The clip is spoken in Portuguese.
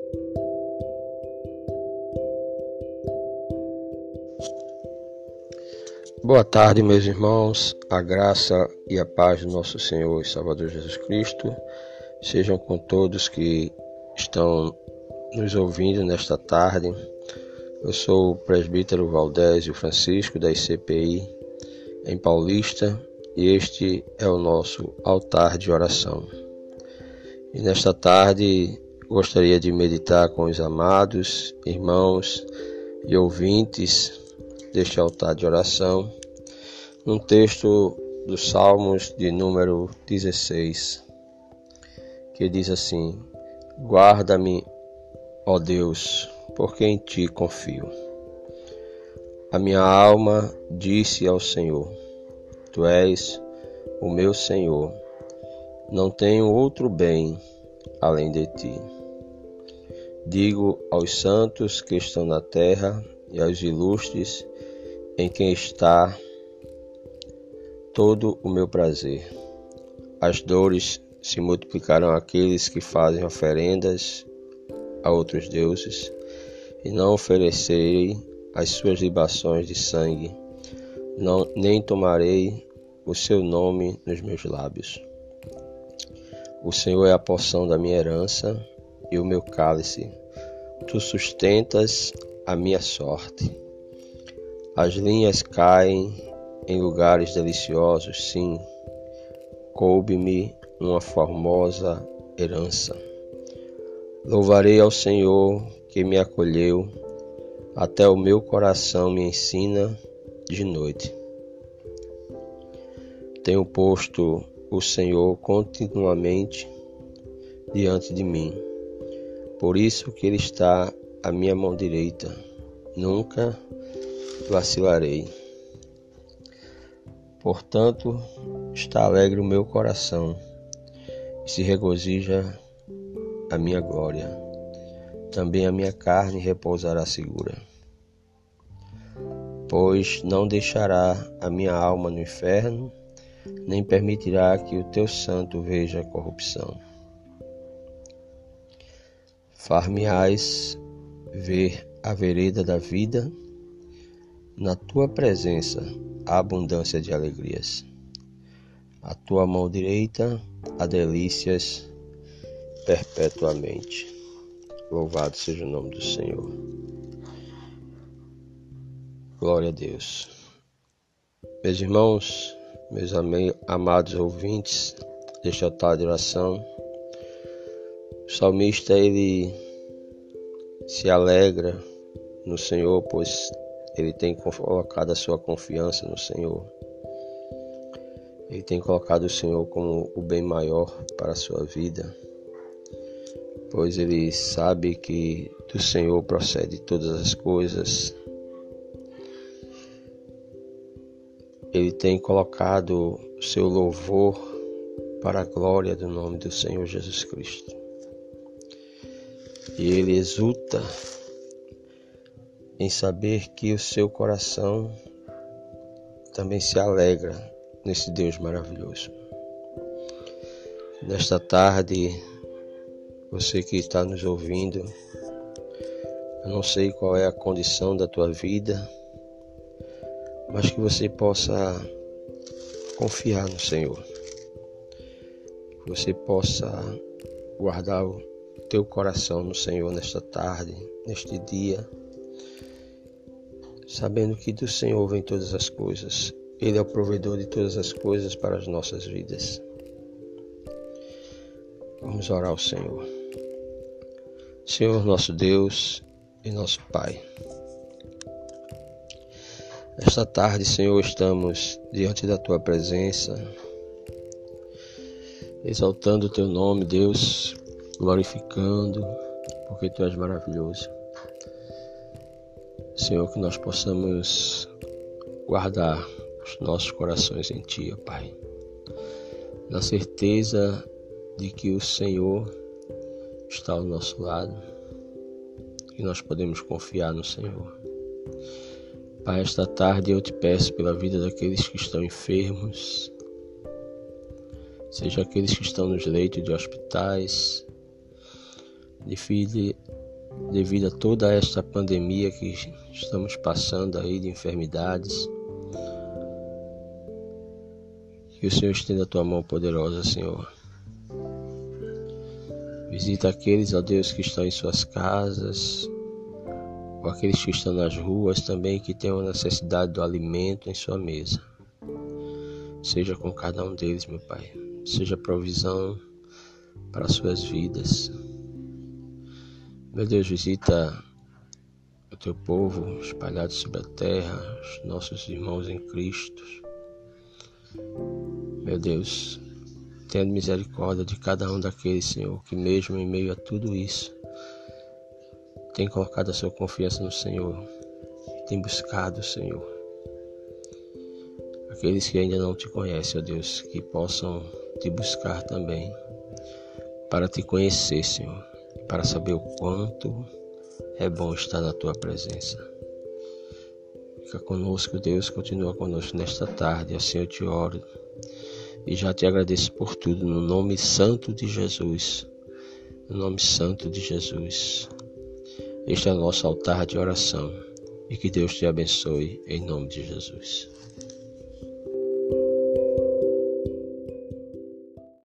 Boa tarde, meus irmãos. A graça e a paz do nosso Senhor e Salvador Jesus Cristo sejam com todos que estão nos ouvindo nesta tarde. Eu sou o presbítero Valdésio Francisco da ICPI em Paulista e este é o nosso altar de oração. E nesta tarde gostaria de meditar com os amados irmãos e ouvintes deste altar de oração, um texto dos Salmos de número 16, que diz assim: Guarda-me, ó Deus, porque em ti confio. A minha alma disse ao Senhor: Tu és o meu Senhor, não tenho outro bem além de ti. Digo aos santos que estão na terra e aos ilustres em quem está todo o meu prazer. As dores se multiplicarão àqueles que fazem oferendas a outros deuses, e não oferecerei as suas libações de sangue, nem tomarei o seu nome nos meus lábios. O Senhor é a porção da minha herança e o meu cálice. Tu sustentas a minha sorte. As linhas caem em lugares deliciosos, sim, coube-me uma formosa herança. Louvarei ao Senhor que me acolheu, até o meu coração me ensina de noite. Tenho posto o Senhor continuamente diante de mim, por isso que Ele está à minha mão direita, nunca vacilarei. Portanto, está alegre o meu coração e se regozija a minha glória. Também a minha carne repousará segura, pois não deixará a minha alma no inferno, nem permitirá que o teu santo veja a corrupção. Far-me-ás ver a vereda da vida, na tua presença há abundância de alegrias. A tua mão direita há delícias perpetuamente. Louvado seja o nome do Senhor. Glória a Deus. Meus irmãos, meus amados ouvintes deste altar de oração, o salmista ele se alegra no Senhor, pois ele tem colocado a sua confiança no Senhor. Ele tem colocado o Senhor como o bem maior para a sua vida, pois ele sabe que do Senhor procede todas as coisas. Ele tem colocado o seu louvor para a glória do nome do Senhor Jesus Cristo. E ele exulta em saber que o seu coração também se alegra nesse Deus maravilhoso. Nesta tarde, você que está nos ouvindo, eu não sei qual é a condição da tua vida, mas que você possa confiar no Senhor, que você possa guardar o teu coração no Senhor nesta tarde, neste dia, sabendo que do Senhor vem todas as coisas. Ele é o provedor de todas as coisas para as nossas vidas. Vamos orar ao Senhor. Senhor, nosso Deus e nosso Pai, esta tarde, Senhor, estamos diante da Tua presença, exaltando o Teu nome, Deus, glorificando, porque Tu és maravilhoso. Senhor, que nós possamos guardar os nossos corações em Ti, ó Pai, na certeza de que o Senhor está ao nosso lado e nós podemos confiar no Senhor. Pai, esta tarde eu te peço pela vida daqueles que estão enfermos, seja aqueles que estão nos leitos de hospitais, devido a toda esta pandemia que estamos passando aí de enfermidades. Que o Senhor estenda a tua mão poderosa, Senhor. Visita aqueles, ó Deus, que estão em suas casas, ou aqueles que estão nas ruas também, que tenham necessidade do alimento em sua mesa. Seja com cada um deles, meu Pai. Seja provisão para suas vidas. Meu Deus, visita o teu povo espalhado sobre a terra, os nossos irmãos em Cristo. Meu Deus, tenha misericórdia de cada um daqueles, Senhor, que mesmo em meio a tudo isso, tem colocado a sua confiança no Senhor, tem buscado o Senhor. Aqueles que ainda não te conhecem, ó Deus, que possam te buscar também, para te conhecer, Senhor, para saber o quanto é bom estar na tua presença. Fica conosco, Deus, continua conosco nesta tarde, assim eu te oro e já te agradeço por tudo, no nome santo de Jesus, no nome santo de Jesus. Este é o nosso altar de oração e que Deus te abençoe em nome de Jesus.